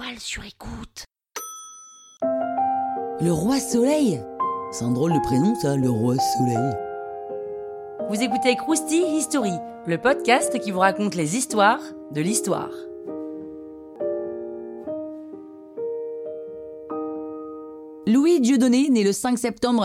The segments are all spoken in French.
toile sur écoute. Le roi Soleil ? C'est un drôle de prénom ça, le roi Soleil. Vous écoutez Krusty History, le podcast qui vous raconte les histoires de l'histoire. Louis Dieudonné, né le 5 septembre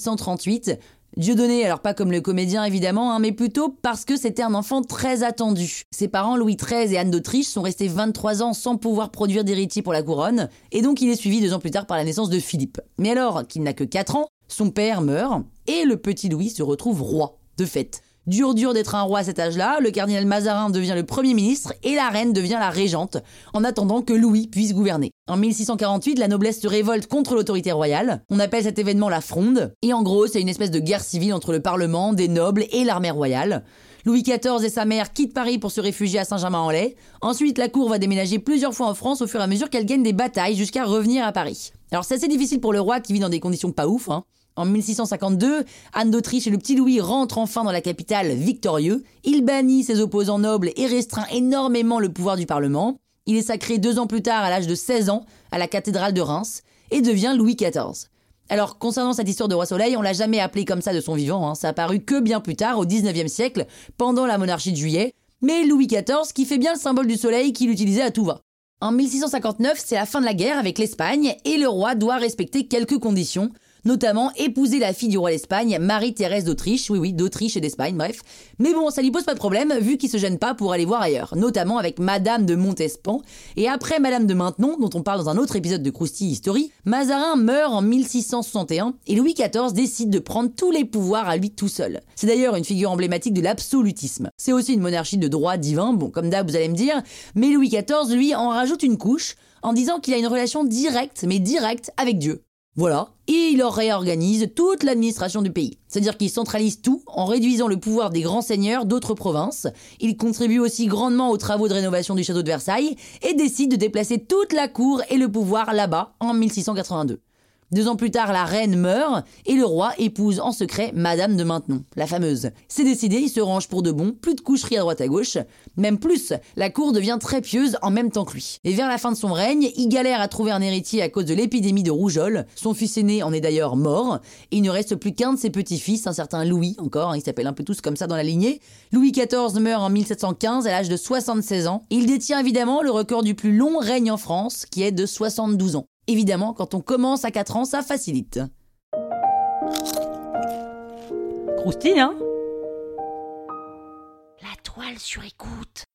1638. Dieudonné, alors pas comme le comédien évidemment, mais plutôt parce que c'était un enfant très attendu. Ses parents Louis XIII et Anne d'Autriche sont restés 23 ans sans pouvoir produire d'héritier pour la couronne, et donc il est suivi 2 ans plus tard par la naissance de Philippe. Mais alors qu'il n'a que 4 ans, son père meurt, et le petit Louis se retrouve roi, de fait. Dur d'être un roi à cet âge-là, le cardinal Mazarin devient le Premier ministre et la reine devient la régente, en attendant que Louis puisse gouverner. En 1648, la noblesse se révolte contre l'autorité royale. On appelle cet événement la Fronde, et en gros, c'est une espèce de guerre civile entre le Parlement, des nobles et l'armée royale. Louis XIV et sa mère quittent Paris pour se réfugier à Saint-Germain-en-Laye. Ensuite, la cour va déménager plusieurs fois en France au fur et à mesure qu'elle gagne des batailles jusqu'à revenir à Paris. Alors c'est assez difficile pour le roi qui vit dans des conditions pas ouf, En 1652, Anne d'Autriche et le petit Louis rentrent enfin dans la capitale victorieux. Il bannit ses opposants nobles et restreint énormément le pouvoir du Parlement. Il est sacré 2 ans plus tard, à l'âge de 16 ans, à la cathédrale de Reims, et devient Louis XIV. Alors, concernant cette histoire de roi Soleil, on l'a jamais appelé comme ça de son vivant, Ça a apparu que bien plus tard, au 19e siècle, pendant la monarchie de Juillet. Mais Louis XIV, qui fait bien le symbole du soleil qu'il utilisait à tout va. En 1659, c'est la fin de la guerre avec l'Espagne, et le roi doit respecter quelques conditions, notamment épouser la fille du roi d'Espagne, Marie-Thérèse d'Autriche, oui, d'Autriche et d'Espagne, bref. Mais bon, ça lui pose pas de problème, vu qu'il se gêne pas pour aller voir ailleurs, notamment avec Madame de Montespan, et après Madame de Maintenon, dont on parle dans un autre épisode de Krusty History, Mazarin meurt en 1661, et Louis XIV décide de prendre tous les pouvoirs à lui tout seul. C'est d'ailleurs une figure emblématique de l'absolutisme. C'est aussi une monarchie de droit divin, bon, comme d'hab, vous allez me dire, mais Louis XIV, lui, en rajoute une couche, en disant qu'il a une relation directe avec Dieu. Voilà, et il réorganise toute l'administration du pays. C'est-à-dire qu'il centralise tout en réduisant le pouvoir des grands seigneurs d'autres provinces. Il contribue aussi grandement aux travaux de rénovation du château de Versailles et décide de déplacer toute la cour et le pouvoir là-bas en 1682. 2 ans plus tard, la reine meurt et le roi épouse en secret Madame de Maintenon, la fameuse. C'est décidé, il se range pour de bon, plus de coucherie à droite à gauche. Même plus, la cour devient très pieuse en même temps que lui. Et vers la fin de son règne, il galère à trouver un héritier à cause de l'épidémie de rougeole. Son fils aîné en est d'ailleurs mort. Et il ne reste plus qu'un de ses petits-fils, un certain Louis, encore, ils s'appellent un peu tous comme ça dans la lignée. Louis XIV meurt en 1715 à l'âge de 76 ans. Il détient évidemment le record du plus long règne en France, qui est de 72 ans. Évidemment, quand on commence à 4 ans, ça facilite. Krusty, hein ? La toile sur écoute.